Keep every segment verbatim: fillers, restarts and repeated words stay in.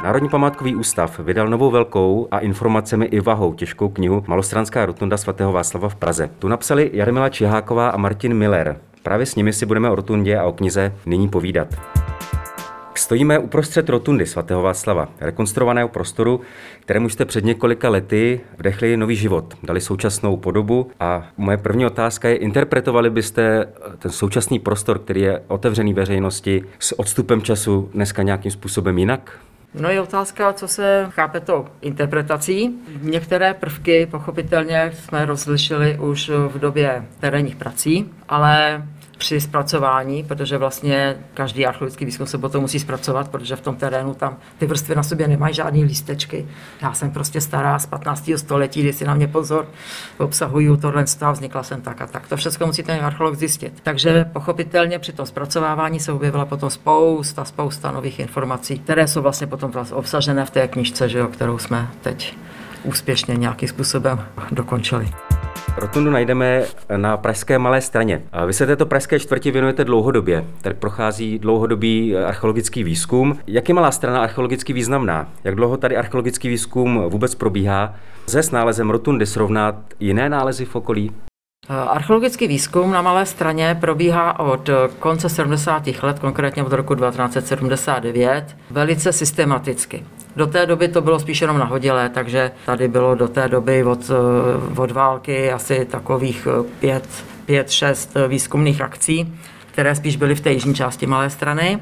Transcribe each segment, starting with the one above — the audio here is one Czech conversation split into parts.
Národní památkový ústav vydal novou velkou a informacemi i vahou těžkou knihu Malostranská rotunda svatého Václava v Praze. Tu napsali Jarmila Čiháková a Martin Miller. Právě s nimi si budeme o rotundě a o knize nyní povídat. Stojíme uprostřed rotundy svatého Václava, rekonstruovaného prostoru, kterému jste před několika lety vdechli nový život, dali současnou podobu a moje první otázka je, interpretovali byste ten současný prostor, který je otevřený veřejnosti, s odstupem času dneska nějakým způsobem jinak? No je otázka, co se chápe tou interpretací. Některé prvky pochopitelně jsme rozlišili už v době terénních prací, ale při zpracování, protože vlastně každý archeologický výzkum se potom musí zpracovat, protože v tom terénu tam ty vrstvy na sobě nemají žádný lístečky. Já jsem prostě stará z patnáctého století, kdy si na mě pozor, obsahují tohle stav, vznikla jsem tak a tak. To všechno musí ten archeolog zjistit. Takže pochopitelně při tom zpracovávání se objevila potom spousta, spousta nových informací, které jsou vlastně potom obsažené v té knižce, že jo, kterou jsme teď úspěšně nějakým způsobem dokončili. Rotundu najdeme na pražské Malé Straně. Vy se této pražské čtvrti věnujete dlouhodobě. Tady prochází dlouhodobý archeologický výzkum. Jak je Malá Strana archeologicky významná? Jak dlouho tady archeologický výzkum vůbec probíhá? Lze s nálezem rotundy srovnat jiné nálezy v okolí? Archeologický výzkum na Malé Straně probíhá od konce sedmdesátých let, konkrétně od roku devatenáct set sedmdesát devět, velice systematicky. Do té doby to bylo spíš jenom nahodilé, takže tady bylo do té doby od, od války asi takových pět, pět, šest výzkumných akcí, které spíš byly v té jižní části Malé Strany.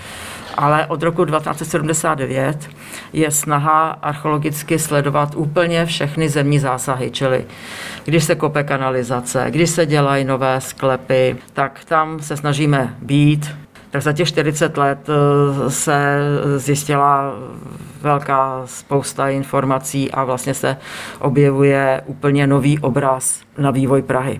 Ale od roku devatenáct set sedmdesát devět je snaha archeologicky sledovat úplně všechny zemní zásahy, čili když se kope kanalizace, když se dělají nové sklepy, tak tam se snažíme být. Tak za těch čtyřicet let se zjistila velká spousta informací a vlastně se objevuje úplně nový obraz na vývoj Prahy.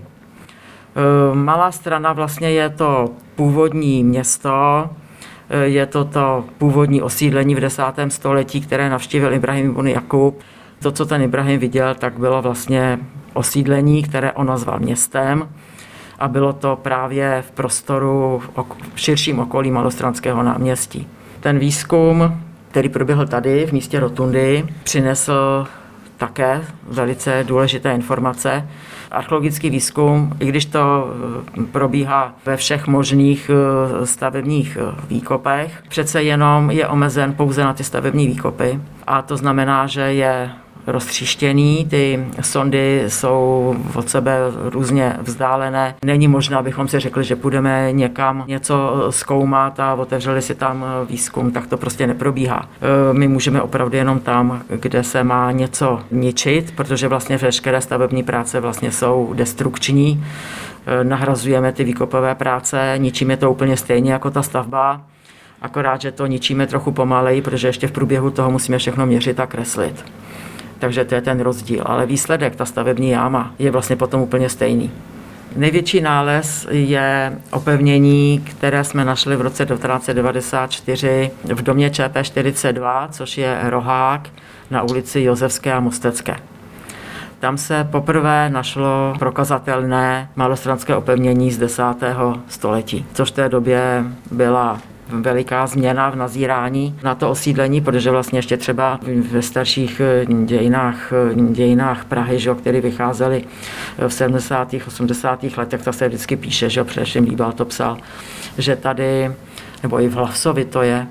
Malá Strana vlastně je to původní město, je to to původní osídlení v desátém století, které navštívil Ibrahim ibn Jakub. To, co ten Ibrahim viděl, tak bylo vlastně osídlení, které on nazval městem a bylo to právě v prostoru v širším okolí Malostranského náměstí. Ten výzkum, který proběhl tady v místě rotundy, přinesl také velice důležité informace. Archeologický výzkum, i když to probíhá ve všech možných stavebních výkopech, přece jenom je omezen pouze na ty stavební výkopy. A to znamená, že je roztříštěný, ty sondy jsou od sebe různě vzdálené. Není možné, abychom si řekli, že půjdeme někam něco zkoumat a otevřeli si tam výzkum, tak to prostě neprobíhá. My můžeme opravdu jenom tam, kde se má něco ničit, protože vlastně veškeré stavební práce vlastně jsou destrukční. Nahrazujeme ty výkopové práce, ničíme to úplně stejně jako ta stavba, akorát, že to ničíme trochu pomaleji, protože ještě v průběhu toho musíme všechno měřit a kreslit. Takže to je ten rozdíl. Ale výsledek, ta stavební jáma, je vlastně potom úplně stejný. Největší nález je opevnění, které jsme našli v roce devatenáct set devadesát čtyři v domě Č P čtyřicet dva, což je rohák na ulici Josefské a Mostecké. Tam se poprvé našlo prokazatelné malostranské opevnění z desátého století, což v té době byla veliká změna v nazírání na to osídlení, protože vlastně ještě třeba ve starších dějinách, dějinách Prahy, že, které vycházely v sedmdesátých osmdesátých letech, tak se vždycky píše, že především Líbal to psal, že tady, nebo i v Hlasovi to je,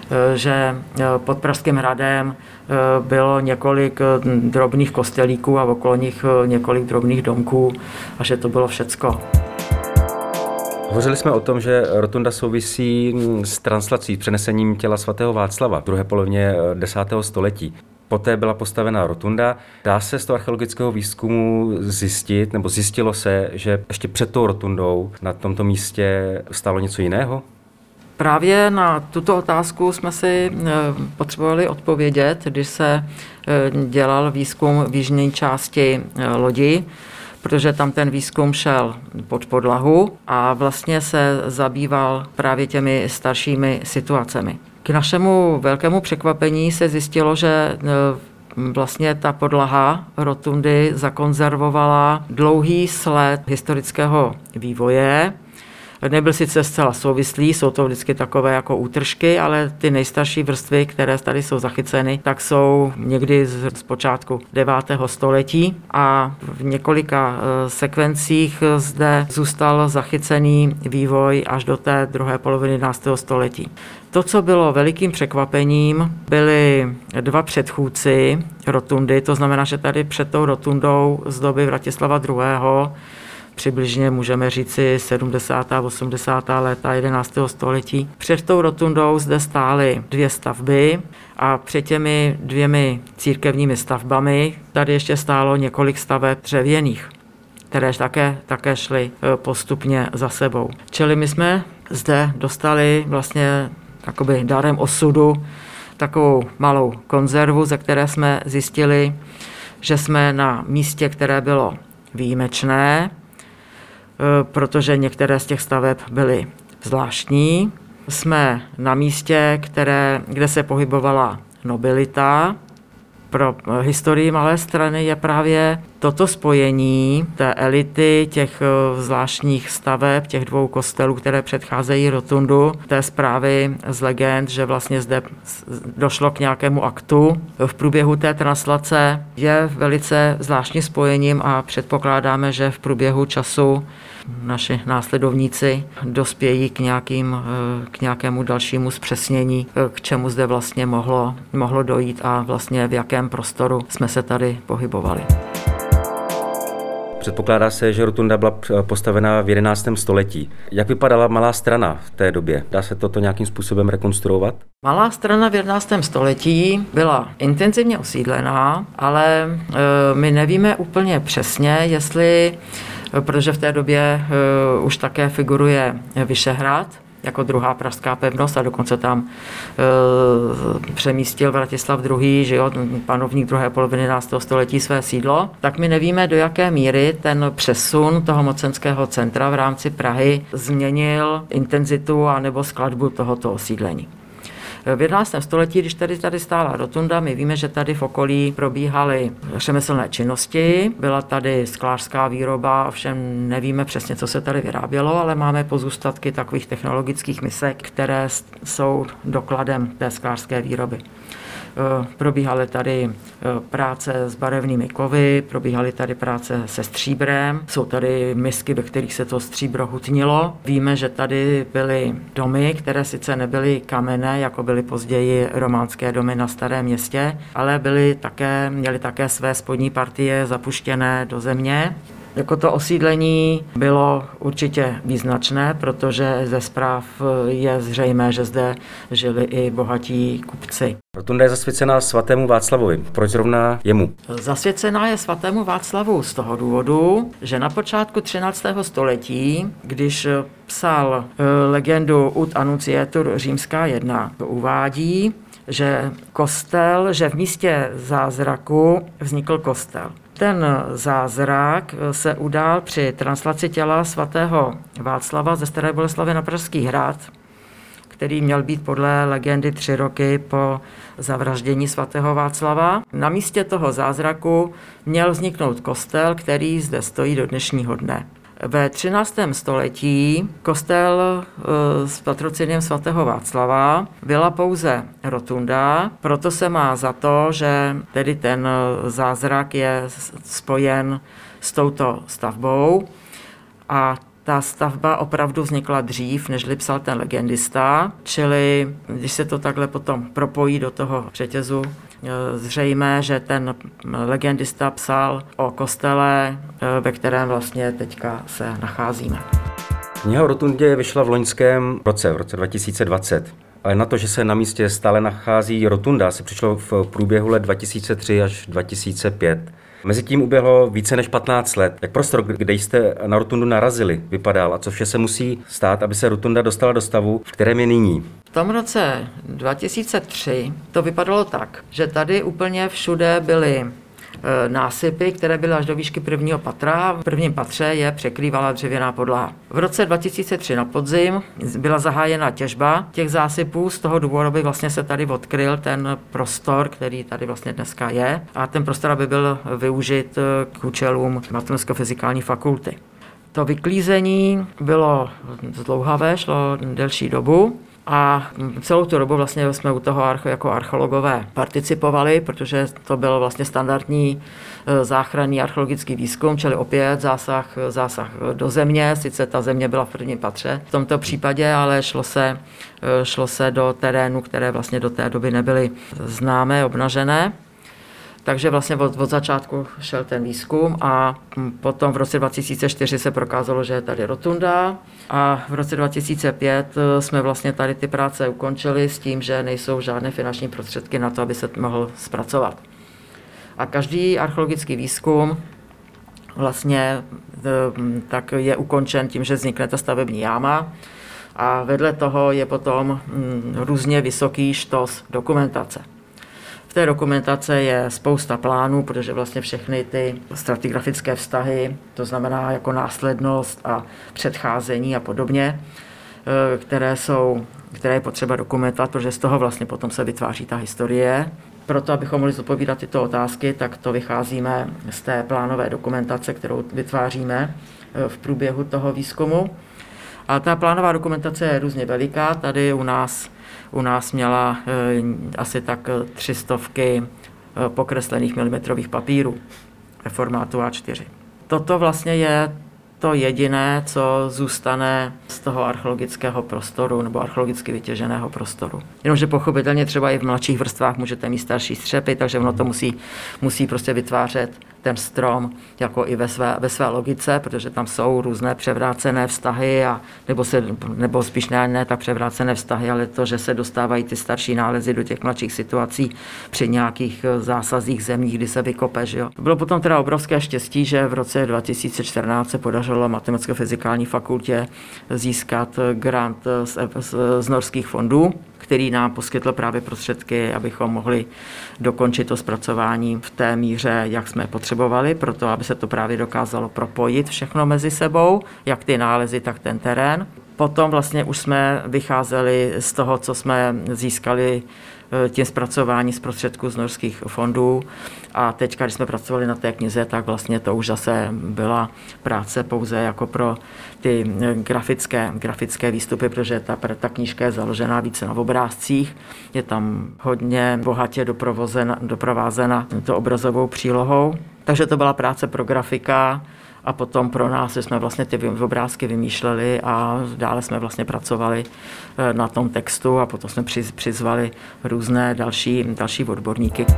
že pod Pražským hradem bylo několik drobných kostelíků a okolo nich několik drobných domků a že to bylo všecko. Hovořili jsme o tom, že rotunda souvisí s translací, s přenesením těla svatého Václava v druhé polovině desátého století. Poté byla postavena rotunda. Dá se z toho archeologického výzkumu zjistit, nebo zjistilo se, že ještě před tou rotundou na tomto místě stálo něco jiného? Právě na tuto otázku jsme si potřebovali odpovědět, když se dělal výzkum v jižní části lodi, protože tam ten výzkum šel pod podlahu a vlastně se zabýval právě těmi staršími situacemi. K našemu velkému překvapení se zjistilo, že vlastně ta podlaha rotundy zakonzervovala dlouhý sled historického vývoje Nebyl sice zcela souvislý, jsou to vždycky takové jako útržky, ale ty nejstarší vrstvy, které tady jsou zachyceny, tak jsou někdy z, z počátku devátého století a v několika sekvencích zde zůstal zachycený vývoj až do té druhé poloviny jedenáctého století. To, co bylo velikým překvapením, byly dva předchůdci rotundy, to znamená, že tady před tou rotundou z doby Vratislava druhého. Přibližně můžeme říci sedmdesátá osmdesátá léta jedenáctého století. Před tou rotundou zde stály dvě stavby a před těmi dvěmi církevními stavbami tady ještě stálo několik staveb dřevěných, které také, také šly postupně za sebou. Čili my jsme zde dostali vlastně jakoby darem osudu takovou malou konzervu, ze které jsme zjistili, že jsme na místě, které bylo výjimečné, protože některé z těch staveb byly zvláštní. Jsme na místě, které, kde se pohybovala nobilita. Pro historii Malé Strany je právě toto spojení té elity, těch zvláštních staveb, těch dvou kostelů, které předcházejí rotundu, té zprávy z legend, že vlastně zde došlo k nějakému aktu v průběhu té translace, je velice zvláštním spojením a předpokládáme, že v průběhu času naši následovníci dospějí k, nějakým, k nějakému dalšímu zpřesnění, k čemu zde vlastně mohlo, mohlo dojít a vlastně v jakém prostoru jsme se tady pohybovali. Předpokládá se, že rotunda byla postavena v jedenáctém století. Jak vypadala Malá Strana v té době? Dá se toto nějakým způsobem rekonstruovat? Malá Strana v jedenáctém století byla intenzivně osídlená, ale e, my nevíme úplně přesně, jestli, protože v té době e, už také figuruje Vyšehrad jako druhá pražská pevnost a dokonce tam e, přemístil Vratislav druhý., že jo, panovník druhé poloviny jedenáctého století své sídlo, tak my nevíme, do jaké míry ten přesun toho mocenského centra v rámci Prahy změnil intenzitu a nebo skladbu tohoto osídlení. V jedenáctém století, když tady tady stála rotunda, my víme, že tady v okolí probíhaly řemeslné činnosti, byla tady sklářská výroba, ovšem nevíme přesně, co se tady vyrábělo, ale máme pozůstatky takových technologických misek, které jsou dokladem té sklářské výroby. Probíhaly tady práce s barevnými kovy, probíhaly tady práce se stříbrem, jsou tady misky, ve kterých se to stříbro hutnilo. Víme, že tady byly domy, které sice nebyly kamenné, jako byly později románské domy na Starém Městě, ale byly také, měly také své spodní partie zapuštěné do země. Jako to osídlení bylo určitě význačné, protože ze zpráv je zřejmé, že zde žili i bohatí kupci. Rotunda je zasvěcená svatému Václavovi. Proč zrovna jemu? Zasvěcená je svatému Václavu z toho důvodu, že na počátku třináctého století, když psal legendu Ut Annuncietur římská jedna, uvádí, že kostel, že v místě zázraku vznikl kostel. Ten zázrak se udál při translaci těla svatého Václava ze Staré Boleslavi na Pražský hrad, který měl být podle legendy tři roky po zavraždění svatého Václava. Na místě toho zázraku měl vzniknout kostel, který zde stojí do dnešního dne. Ve třináctém století kostel s patrocinem svatého Václava byla pouze rotunda, proto se má za to, že tedy ten zázrak je spojen s touto stavbou a ta stavba opravdu vznikla dřív, nežli psal ten legendista, čili když se to takhle potom propojí do toho řetězu, zřejmé, že ten legendista psal o kostele, ve kterém vlastně teďka se nacházíme. Kniha o rotundě vyšla v loňském roce, v roce dva tisíce dvacet. Ale na to, že se na místě stále nachází rotunda, se přišlo v průběhu let dva tisíce tři až dva tisíce pět. Mezitím uběhlo více než patnáct let. Jak prostor, kde jste na rotundu narazili, vypadal a co vše se musí stát, aby se rotunda dostala do stavu, v kterém je nyní? V tom roce dva tisíce tři to vypadalo tak, že tady úplně všude byly násypy, které byly až do výšky prvního patra. V prvním patře je překrývala dřevěná podlaha. V roce dva tisíce tři na podzim byla zahájena těžba těch zásypů, z toho důvodu by vlastně se tady odkryl ten prostor, který tady vlastně dneska je, a ten prostor by byl využit k účelům Matematicko-fyzikální fakulty. To vyklízení bylo zdlouhavé, šlo delší dobu. A celou tu dobu vlastně jsme u toho jako archeologové participovali, protože to byl vlastně standardní záchranný archeologický výzkum, čili opět zásah, zásah do země, sice ta země byla v prvním patře v tomto případě, ale šlo se, šlo se do terénu, které vlastně do té doby nebyly známé, obnažené. Takže vlastně od, od začátku šel ten výzkum a potom v roce dva tisíce čtyři se prokázalo, že je tady rotunda a v roce dva tisíce pět jsme vlastně tady ty práce ukončili s tím, že nejsou žádné finanční prostředky na to, aby se mohl zpracovat. A každý archeologický výzkum vlastně tak je ukončen tím, že vznikne ta stavební jáma a vedle toho je potom různě vysoký štos dokumentace. V té dokumentace je spousta plánů, protože vlastně všechny ty stratigrafické vztahy, to znamená jako následnost a předcházení a podobně, které jsou, které je potřeba dokumentovat, protože z toho vlastně potom se vytváří ta historie. Proto, abychom mohli zodpovídat tyto otázky, tak to vycházíme z té plánové dokumentace, kterou vytváříme v průběhu toho výzkumu. A ta plánová dokumentace je různě veliká. Tady u nás U nás měla e, asi tak tři stovky e, pokreslených milimetrových papírů ve formátu A čtyři. Toto vlastně je to jediné, co zůstane z toho archeologického prostoru nebo archeologicky vytěženého prostoru. Jenomže pochopitelně třeba i v mladších vrstvách můžete mít starší střepy, takže ono to musí, musí prostě vytvářet ten strom jako i ve své, ve své logice, protože tam jsou různé převrácené vztahy, a, nebo, se, nebo spíš ne, ne tak převrácené vztahy, ale to, že se dostávají ty starší nálezy do těch mladších situací při nějakých zásazích zemí, kdy se vykope. Že jo. Bylo potom teda obrovské štěstí, že v roce dva tisíce čtrnáct se podařilo Matematicko-fyzikální fakultě získat grant z, z, z norských fondů, který nám poskytl právě prostředky, abychom mohli dokončit to zpracování v té míře, jak jsme potřebovali, proto aby se to právě dokázalo propojit všechno mezi sebou, jak ty nálezy, tak ten terén. Potom vlastně už jsme vycházeli z toho, co jsme získali tím zpracování z prostředků z norských fondů. A teď, když jsme pracovali na té knize, tak vlastně to už zase byla práce pouze jako pro ty grafické, grafické výstupy, protože ta, ta knížka je založená více na obrázcích. Je tam hodně bohatě doprovázena to obrazovou přílohou. Takže to byla práce pro grafika. A potom pro nás, že jsme vlastně ty obrázky vymýšleli a dále jsme vlastně pracovali na tom textu a potom jsme přizvali různé další, další odborníky.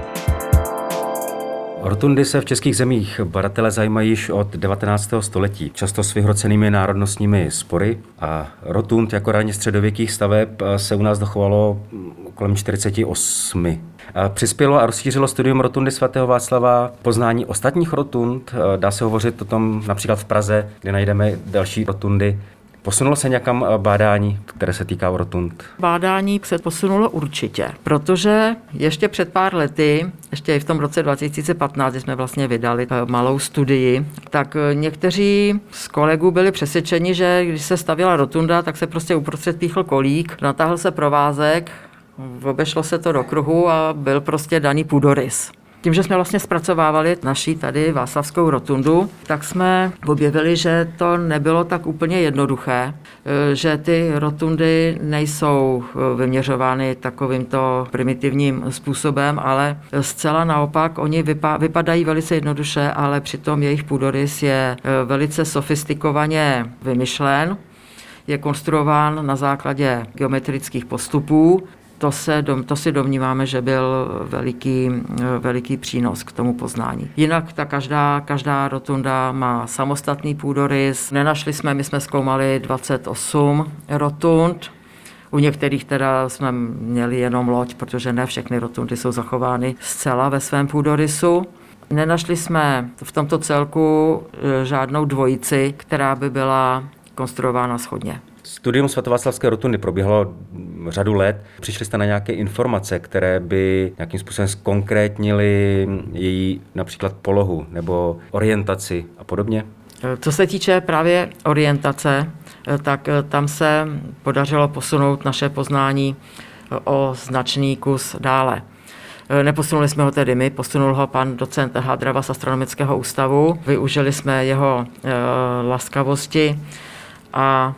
Rotundy se v českých zemích badatelé zajímají již od devatenáctého století, často s vyhrocenými národnostními spory, a rotund jako raně středověkých staveb se u nás dochovalo kolem čtyřicet osm. Přispělo a rozšířilo studium rotundy svatého Václava poznání ostatních rotund. Dá se hovořit o tom například v Praze, kde najdeme další rotundy. Posunulo se někam bádání, které se týká rotund? Bádání se posunulo určitě, protože ještě před pár lety, ještě i v tom roce dva tisíce patnáct, kdy jsme vlastně vydali malou studii, tak někteří z kolegů byli přesvědčeni, že když se stavěla rotunda, tak se prostě uprostřed píchl kolík, natáhl se provázek, obešlo se to do kruhu a byl prostě daný půdorys. Tím, že jsme vlastně zpracovávali naši tady Václavskou rotundu, tak jsme objevili, že to nebylo tak úplně jednoduché, že ty rotundy nejsou vyměřovány takovýmto primitivním způsobem, ale zcela naopak oni vypa- vypadají velice jednoduše, ale přitom jejich půdorys je velice sofistikovaně vymyšlen, je konstruován na základě geometrických postupů. To, se, to si domníváme, že byl veliký, veliký přínos k tomu poznání. Jinak ta každá, každá rotunda má samostatný půdorys. Nenašli jsme, my jsme zkoumali dvacet osm rotund. U některých teda jsme měli jenom loď, protože ne všechny rotundy jsou zachovány zcela ve svém půdorysu. Nenašli jsme v tomto celku žádnou dvojici, která by byla konstruována shodně. Studium svatováclavské rotundy probíhalo řadu let. Přišli jste na nějaké informace, které by nějakým způsobem zkonkrétnily její například polohu nebo orientaci a podobně? Co se týče právě orientace, tak tam se podařilo posunout naše poznání o značný kus dále. Neposunuli jsme ho tedy my, posunul ho pan docent Hadrava z Astronomického ústavu. Využili jsme jeho e, laskavosti a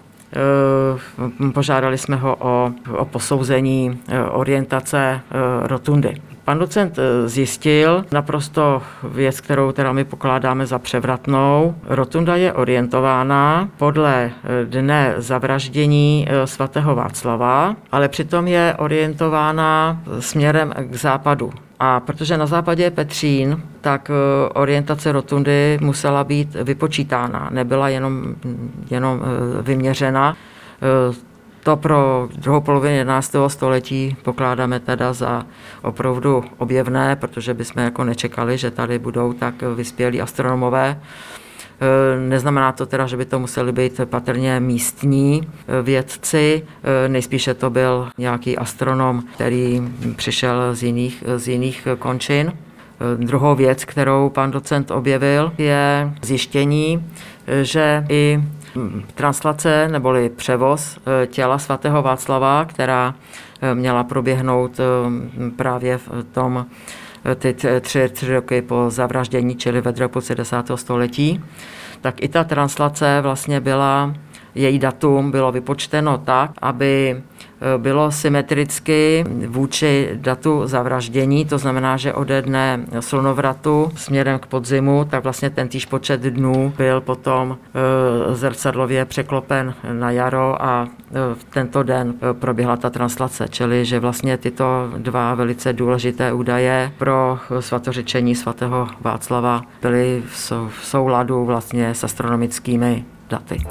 e, požádali jsme ho o, o posouzení e, orientace e, rotundy. Pan docent zjistil naprosto věc, kterou teda my pokládáme za převratnou. Rotunda je orientována podle dne zavraždění svatého Václava, ale přitom je orientována směrem k západu. A protože na západě je Petřín, tak orientace rotundy musela být vypočítána, nebyla jenom, jenom vyměřena. To pro druhou polovinu jedenáctého století pokládáme teda za opravdu objevné, protože bychom jako nečekali, že tady budou tak vyspělí astronomové. Neznamená to teda, že by to museli být patrně místní vědci, nejspíše to byl nějaký astronom, který přišel z jiných, z jiných končin. Druhou věc, kterou pan docent objevil, je zjištění, že i translace neboli převoz těla svatého Václava, která měla proběhnout právě v tom ty tři, tři roky po zavraždění, čili ve druhé půlce desátého století, tak i ta translace vlastně byla, její datum bylo vypočteno tak, aby bylo symetricky vůči datu zavraždění, to znamená, že ode dne slunovratu směrem k podzimu, tak vlastně ten týž počet dnů byl potom e, zrcadlově překlopen na jaro a e, v tento den proběhla ta translace, čili že vlastně tyto dva velice důležité údaje pro svatořečení svatého Václava byly v, sou, v souladu vlastně s astronomickými daty.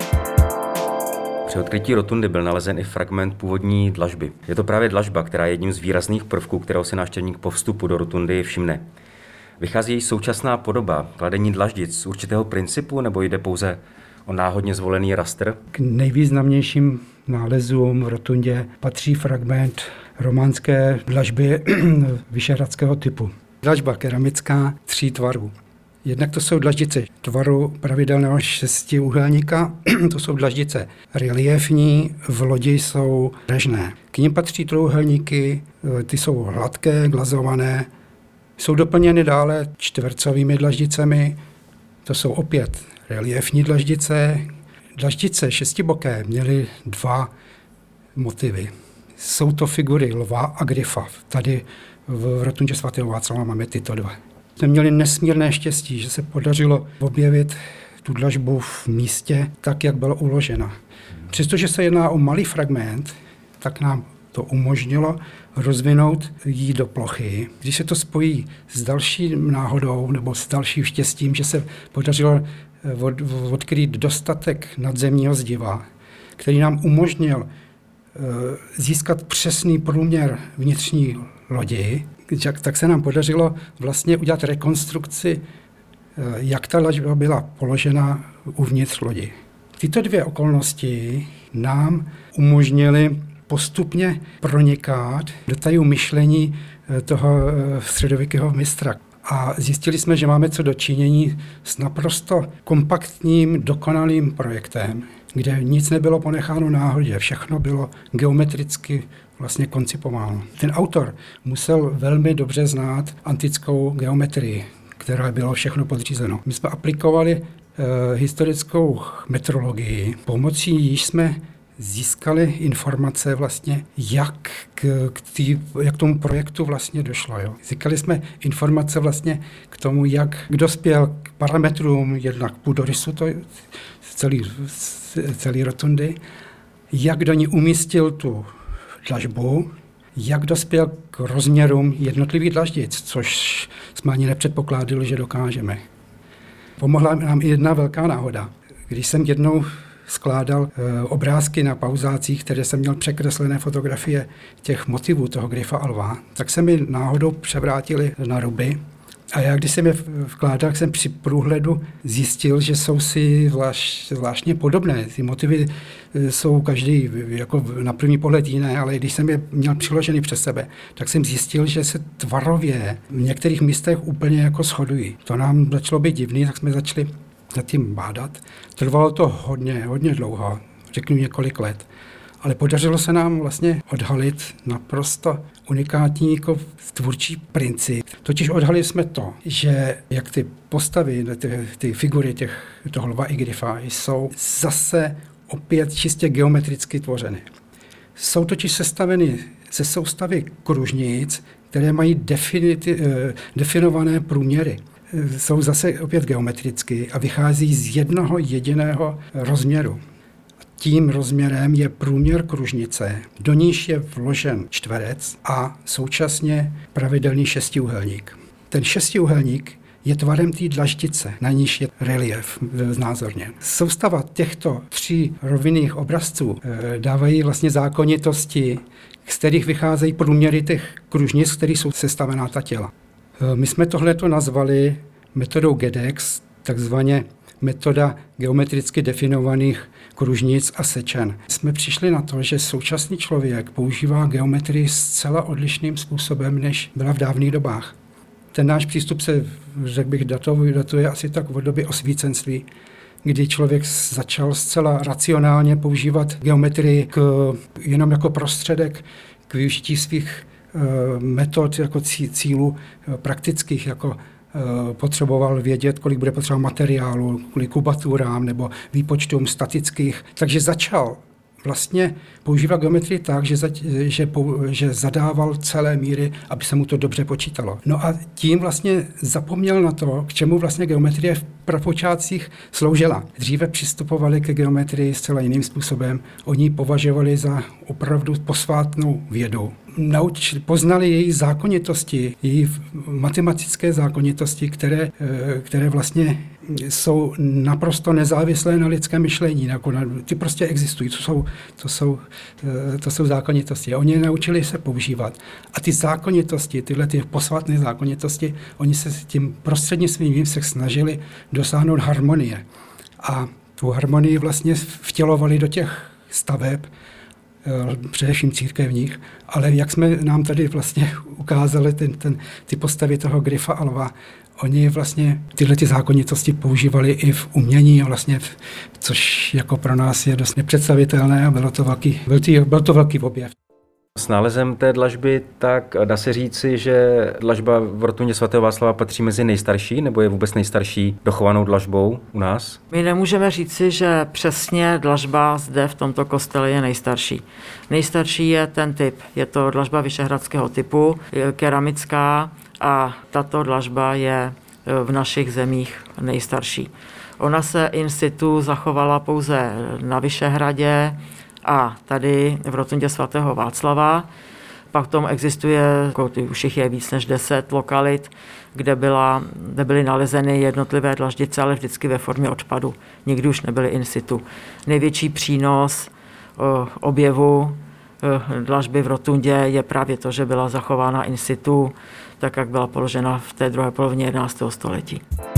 Při odkrytí rotundy byl nalezen i fragment původní dlažby. Je to právě dlažba, která je jedním z výrazných prvků, kterého si návštěvník po vstupu do rotundy všimne. Vychází její současná podoba, kladení dlaždic z určitého principu, nebo jde pouze o náhodně zvolený rastr? K nejvýznamnějším nálezům v rotundě patří fragment románské dlažby vyšehradského typu. Dlažba keramická tří tvarů. Jednak to jsou dlaždice tvaru pravidelného šestiúhelníka, to jsou dlaždice reliéfní, v lodi jsou režné. K nim patří trojúhelníky, ty jsou hladké, glazované, jsou doplněny dále čtvercovými dlaždicemi, to jsou opět reliéfní dlaždice. Dlaždice šestiboké měly dva motivy. Jsou to figury lva a gryfa. Tady v rotundě svatého Václava máme tyto dva. Jsme měli nesmírné štěstí, že se podařilo objevit tu dlažbu v místě tak, jak byla uložena. Přestože se jedná o malý fragment, tak nám to umožnilo rozvinout ji do plochy. Když se to spojí s další náhodou nebo s dalším štěstím, že se podařilo od, odkrýt dostatek nadzemního zdiva, který nám umožnil uh, získat přesný průměr vnitřní lodi, tak se nám podařilo vlastně udělat rekonstrukci, jak ta dlažba byla položena uvnitř lodi. Tyto dvě okolnosti nám umožnily postupně pronikat do tajů myšlení toho středověkého mistra. A zjistili jsme, že máme co do činění s naprosto kompaktním, dokonalým projektem, kde nic nebylo ponecháno náhodě, všechno bylo geometricky vlastně koncipováno. Ten autor musel velmi dobře znát antickou geometrii, která bylo všechno podřízeno. My jsme aplikovali e, historickou metrologii, pomocí jíž jsme získali informace vlastně, jak k, k, tý, jak tomu projektu vlastně došlo. Jo. Získali jsme informace vlastně k tomu, jak dospěl k parametrům jednak půdorysu, to celý, celý rotundy, jak do ní umístil tu dlažbu, jak dospěl k rozměrům jednotlivých dlaždic, což jsme ani nepředpokládali, že dokážeme. Pomohla nám i jedna velká náhoda. Když jsem jednou skládal e, obrázky na pauzácích, které jsem měl překreslené fotografie těch motivů toho gryfa a lva, tak se mi náhodou převrátili na ruby. A já, když jsem je vkládal, jsem při průhledu zjistil, že jsou si zvlášť, zvláštně podobné. Ty motivy jsou každý jako na první pohled jiné, ale když jsem je měl přiložený přes sebe, tak jsem zjistil, že se tvarově v některých místech úplně jako shodují. To nám začalo být divný, tak jsme začali nad tím bádat. Trvalo to hodně, hodně dlouho, řeknu několik let. Ale podařilo se nám vlastně odhalit naprosto unikátní jako tvůrčí princip. Totiž odhalili jsme to, že jak ty postavy, ty, ty figury těch, toho lva i gryfa jsou zase opět čistě geometricky tvořeny. Jsou totiž sestaveny ze soustavy kružnic, které mají definiti, definované průměry. Jsou zase opět geometricky a vychází z jednoho jediného rozměru. Tím rozměrem je průměr kružnice, do níž je vložen čtverec a současně pravidelný šestiúhelník. Ten šestiúhelník je tvarem té dlaždice, na níž je relief znázorněn. Soustava těchto tří rovinných obrazců dávají vlastně zákonitosti, z kterých vycházejí průměry těch kružnic, z kterých jsou sestavená ta těla. My jsme tohleto nazvali metodou GEDEX, takzvaně metoda geometricky definovaných kružnic a sečen. Jsme přišli na to, že současný člověk používá geometrii zcela odlišným způsobem, než byla v dávných dobách. Ten náš přístup se, řekl bych, datuje, datuje asi tak od doby osvícenství, kdy člověk začal zcela racionálně používat geometrii k, jenom jako prostředek k využití svých uh, metod jako cílů uh, praktických, jako potřeboval vědět, kolik bude potřeba materiálu, kvůli kubaturám nebo výpočtům statických. Takže začal vlastně používat geometrii tak, že, za, že, že zadával celé míry, aby se mu to dobře počítalo. No a tím vlastně zapomněl na to, k čemu vlastně geometrie v prapočátcích sloužila. Dříve přistupovali ke geometrii zcela jiným způsobem. Oni ji považovali za opravdu posvátnou vědu. Nauč, poznali její zákonitosti, její matematické zákonitosti, které, které vlastně jsou naprosto nezávislé na lidském myšlení. Ty prostě existují, to jsou, to jsou, to jsou zákonitosti. A oni naučili se používat. A ty zákonitosti, tyhle ty posvátné zákonitosti, oni se tím prostřednictvím se snažili dosáhnout harmonie. A tu harmonii vlastně vtělovali do těch staveb, především církevních, ale jak jsme nám tady vlastně ukázali ten, ten, ty postavy toho gryfa a lva, oni vlastně tyhle ty zákonitosti používali i v umění, vlastně, což jako pro nás je dost nepředstavitelné a bylo to velký, byl, tý, byl to velký objev. S nálezem té dlažby, tak dá se říci, že dlažba v rotundě svatého Václava patří mezi nejstarší, nebo je vůbec nejstarší dochovanou dlažbou u nás? My nemůžeme říci, že přesně dlažba zde v tomto kostele je nejstarší. Nejstarší je ten typ, je to dlažba vyšehradského typu, je keramická a tato dlažba je v našich zemích nejstarší. Ona se in situ zachovala pouze na Vyšehradě a tady v rotundě svatého Václava. Pak tom existuje, už jich je víc než deset lokalit, kde, byla, kde byly nalezeny jednotlivé dlaždice, ale vždycky ve formě odpadu. Nikdy už nebyly in situ. Největší přínos objevu dlažby v rotundě je právě to, že byla zachována in situ, tak jak byla položena v té druhé polovině jedenáctého století.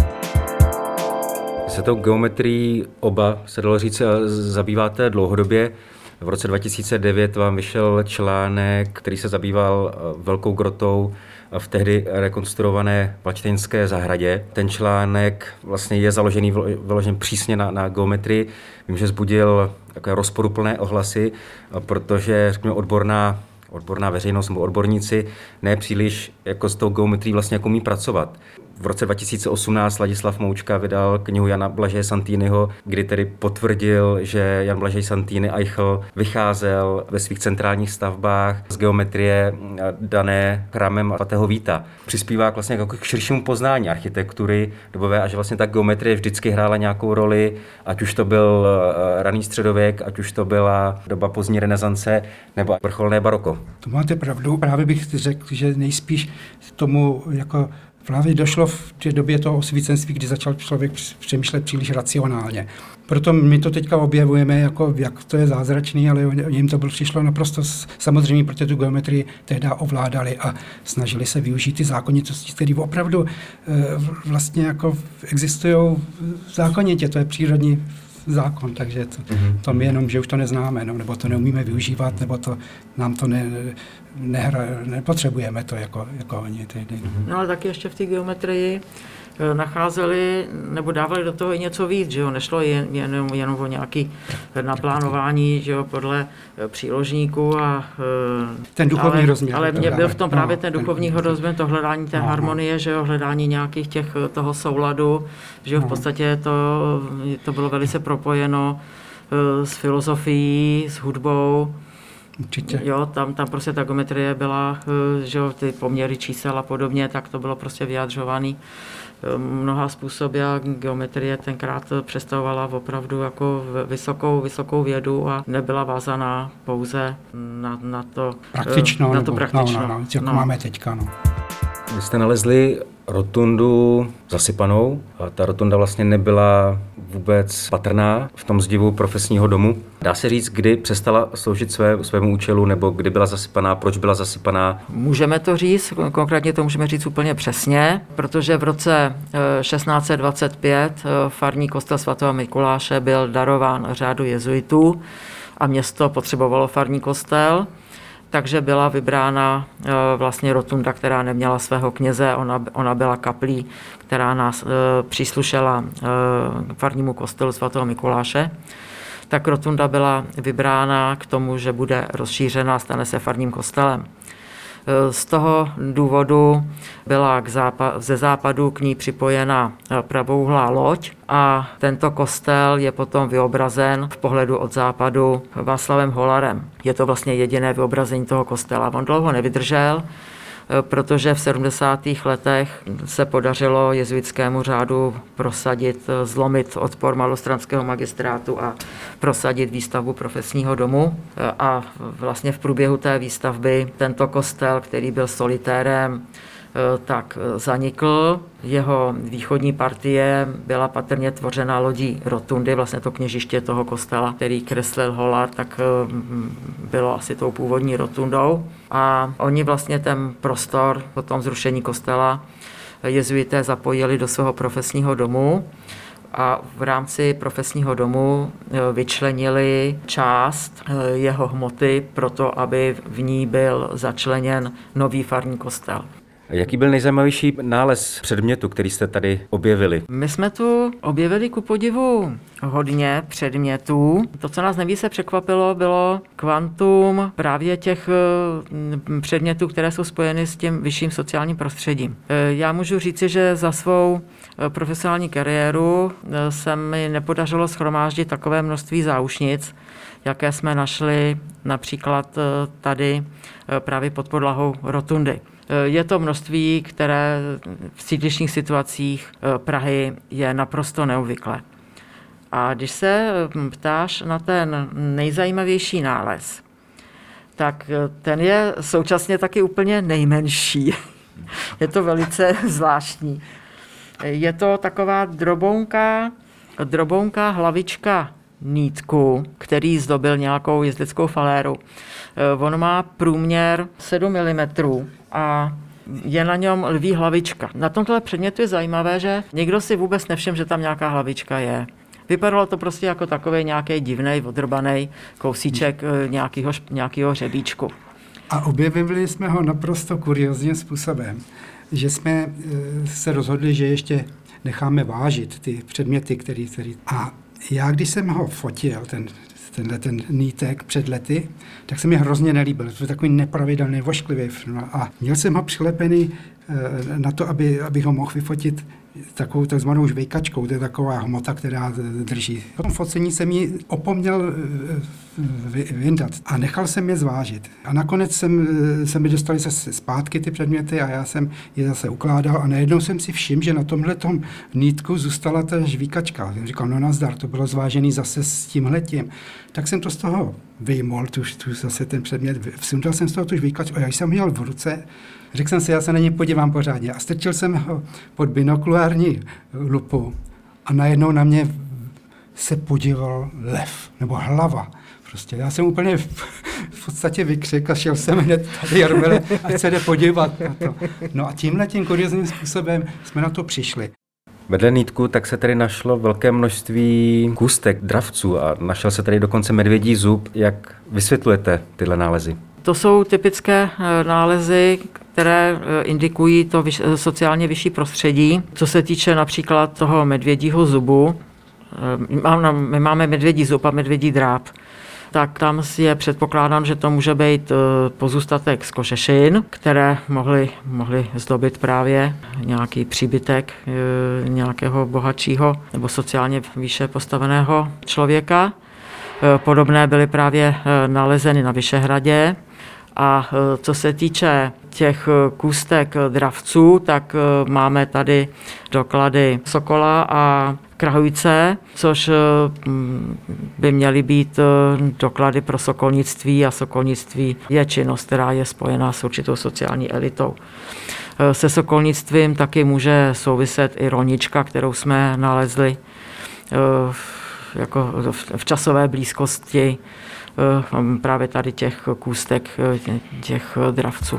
Se tou geometrií oba, se dalo říct, zabýváte dlouhodobě. V roce dva tisíce devět vám vyšel článek, který se zabýval Velkou grotou v tehdy rekonstruované Vlačtejnské zahradě. Ten článek vlastně je založený vyložen přísně na, na geometrii. Vím, že vzbudil takové rozporuplné ohlasy, protože řekněme, odborná, odborná veřejnost nebo odborníci ne příliš jako s tou geometrií vlastně jako umí pracovat. V roce dva tisíce osmnáct Ladislav Moučka vydal knihu Jana Blažeje Santiniho, kdy tedy potvrdil, že Jan Blažej Santini Eichel vycházel ve svých centrálních stavbách z geometrie dané chrámem svatého Víta. Přispívá vlastně jako k širšímu poznání architektury dobové a že vlastně ta geometrie vždycky hrála nějakou roli, ať už to byl raný středověk, ať už to byla doba pozdní renesance nebo vrcholné baroko. To máte pravdu. Právě bych řekl, že nejspíš tomu jako právě došlo v té době toho osvícenství, kdy začal člověk přemýšlet příliš racionálně. Proto my to teďka objevujeme, jako, jak to je zázračný, ale jim to bylo přišlo naprosto samozřejmě, protože tu geometrii tehdy ovládali a snažili se využít ty zákonitosti, které opravdu vlastně jako existují zákonitě, to je přírodní zákon, takže to, mm-hmm. to my jenom, že už to neznáme, no, nebo to neumíme využívat, nebo to nám to ne, nehra, nepotřebujeme to jako, jako oni. Ty, ty. No ale taky ještě v té geometrii nacházeli nebo dávali do toho i něco víc, že jo, nešlo jen, jen, jenom o nějaké naplánování, že jo, podle příložníku a ten duchovní ale, rozměr. Ale mě byl v tom právě no, ten duchovní ten, rozměr, to hledání té no, harmonie, že jo, hledání nějakých těch toho souladu, že jo, v podstatě to, to bylo velice propojeno s filozofií, s hudbou. Určitě. Jo, tam, tam prostě ta geometrie byla, že jo, ty poměry čísel a podobně, tak to bylo prostě vyjadřovaný mnoha způsoby a geometrie tenkrát představovala opravdu jako vysokou, vysokou vědu a nebyla vázaná pouze na, na to praktično, na to nebo, praktično. No, no, no, jako no. máme teďka, no. Vy jste nalezli rotundu zasypanou a ta rotunda vlastně nebyla vůbec patrná v tom zdivu profesního domu. Dá se říct, kdy přestala sloužit své, svému účelu nebo kdy byla zasypaná, proč byla zasypaná? Můžeme to říct, konkrétně to můžeme říct úplně přesně, protože v roce šestnáct set dvacet pět farní kostel svatého Mikuláše byl darován řádu jezuitů a město potřebovalo farní kostel. Takže byla vybrána vlastně rotunda, která neměla svého kněze, ona, ona byla kaplí, která nás příslušela farnímu kostelu svatého Mikuláše. Tak rotunda byla vybrána k tomu, že bude rozšířena, stane se farním kostelem. Z toho důvodu byla k západ, ze západu k ní připojena pravouhlá loď a tento kostel je potom vyobrazen v pohledu od západu Václavem Holarem. Je to vlastně jediné vyobrazení toho kostela. On dlouho nevydržel, protože v sedmdesátých letech se podařilo jezuitskému řádu prosadit, zlomit odpor malostranského magistrátu a prosadit výstavbu profesního domu. A vlastně v průběhu té výstavby tento kostel, který byl solitérem, tak zanikl. Jeho východní partie byla patrně tvořena lodí rotundy, vlastně to kněžiště toho kostela, který kreslil Holar, tak bylo asi tou původní rotundou. A oni vlastně ten prostor po tom zrušení kostela jezuité zapojili do svého profesního domu a v rámci profesního domu vyčlenili část jeho hmoty proto, aby v ní byl začleněn nový farní kostel. Jaký byl nejzajímavější nález předmětu, který jste tady objevili? My jsme tu objevili ku podivu hodně předmětů. To, co nás nejvíce překvapilo, bylo kvantum právě těch předmětů, které jsou spojeny s tím vyšším sociálním prostředím. Já můžu říci, že za svou profesionální kariéru se mi nepodařilo shromáždit takové množství záušnic, jaké jsme našli například tady právě pod podlahou rotundy. Je to množství, které v sídlištních situacích Prahy je naprosto neobvyklé. A když se ptáš na ten nejzajímavější nález, tak ten je současně taky úplně nejmenší. Je to velice zvláštní. Je to taková drobounká, drobounká hlavička nítku, který zdobil nějakou jezdeckou faléru. On má průměr sedm milimetrů a je na něm lví hlavička. Na tomto předmětu je zajímavé, že někdo si vůbec nevšiml, že tam nějaká hlavička je. Vypadalo to prostě jako takový nějaký divnej, odrbaný kousíček nějakého, nějakého hřebíčku. A objevili jsme ho naprosto kuriózním způsobem, že jsme se rozhodli, že ještě necháme vážit ty předměty, který, který... A já, když jsem ho fotil, ten, tenhle ten nítek před lety, tak se mi hrozně nelíbil. To je takový nepravidelný, vošklivý. No a měl jsem ho přilepený na to, aby, abych ho mohl vyfotit takovou takzvanou žvejkačkou, to je taková hmota, která drží. Po tom focení jsem ji opomněl vyndat a nechal jsem je zvážit. A nakonec jsem, se mi dostali zase zpátky ty předměty a já jsem je zase ukládal a najednou jsem si všiml, že na tomhletom nítku zůstala ta žvíkačka. Jsem říkal, no nazdar, to bylo zvážený zase s tímhletím. Tak jsem to z toho vyjmul, tu, tu zase ten předmět, vsundal jsem z toho tu žvíkačku a já jsem měl v ruce, řekl jsem si, já se na něj podívám pořádně a strčil jsem ho pod binokulární lupu a najednou na mě se podíval lev, nebo hlava. Prostě já jsem úplně v, v podstatě vykřikl a šel jsem hned tady, Jarmile, ať se jde podívat na to. No a tímhle tím kuriózním způsobem jsme na to přišli. Vedle nítku tak se tady našlo velké množství kůstek, dravců a našel se tady dokonce medvědí zub. Jak vysvětlujete tyhle nálezy? To jsou typické nálezy, které indikují to sociálně vyšší prostředí. Co se týče například toho medvědího zubu, my máme medvědí zub a medvědí dráp, tak tam je předpokládám, že to může být pozůstatek z kožešin, které mohly, mohly zdobit právě nějaký příbytek nějakého bohatšího nebo sociálně výše postaveného člověka. Podobné byly právě nalezeny na Vyšehradě. A co se týče těch kůstek dravců, tak máme tady doklady Sokola a Krahujce, což by měly být doklady pro sokolnictví a sokolnictví je činnost, která je spojená s určitou sociální elitou. Se sokolnictvím taky může souviset i rolnička, kterou jsme nalezli jako v časové blízkosti právě tady těch kůstek těch dravců.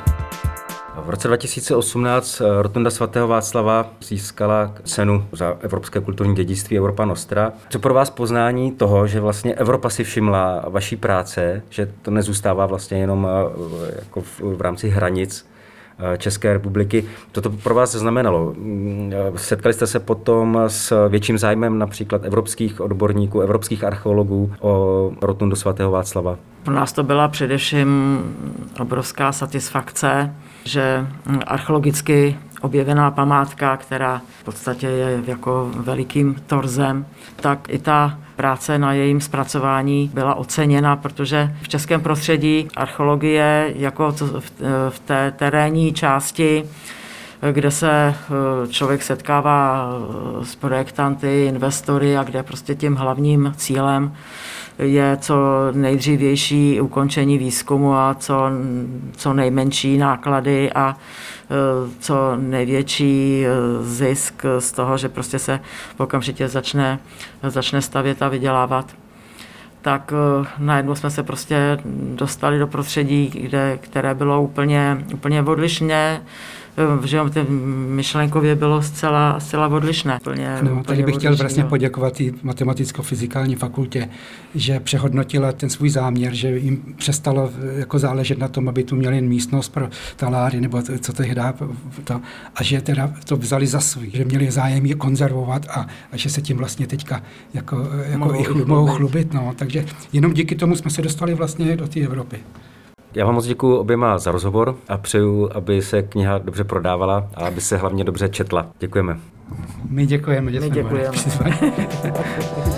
V roce dva tisíce osmnáct Rotunda svatého Václava získala cenu za evropské kulturní dědictví Europa Nostra. Co pro vás poznání toho, že vlastně Evropa si všimla vaší práce, že to nezůstává vlastně jenom jako v, v rámci hranic České republiky. Co to pro vás znamenalo? Setkali jste se potom s větším zájmem například evropských odborníků, evropských archeologů o Rotundu svatého Václava? Pro nás to byla především obrovská satisfakce, že archeologicky objevená památka, která v podstatě je jako velikým torzem, tak i ta práce na jejím zpracování byla oceněna, protože v českém prostředí archeologie jako v té terénní části, kde se člověk setkává s projektanty, investory a kde prostě tím hlavním cílem je co nejdřívější ukončení výzkumu a co, co nejmenší náklady a co největší zisk z toho, že prostě se okamžitě začne, začne stavět a vydělávat. Tak najednou jsme se prostě dostali do prostředí, kde, které bylo úplně, úplně odlišné, že ty myšlenkově bylo zcela, zcela odlišné. Úplně, no, úplně tady bych chtěl odlišný, vlastně jo. poděkovat i matematicko-fyzikální fakultě, že přehodnotila ten svůj záměr, že jim přestalo jako záležet na tom, aby tu měli místnost pro taláry nebo to, co tehdy to, a že teda to vzali za svůj, že měli zájem je konzervovat a, a že se tím vlastně teďka jako, jako mohou, i chlu, mohou chlubit. No. Takže jenom díky tomu jsme se dostali vlastně do té Evropy. Já vám moc děkuji oběma za rozhovor a přeju, aby se kniha dobře prodávala a aby se hlavně dobře četla. Děkujeme. My děkujeme, že My jsme děkujeme. mohli.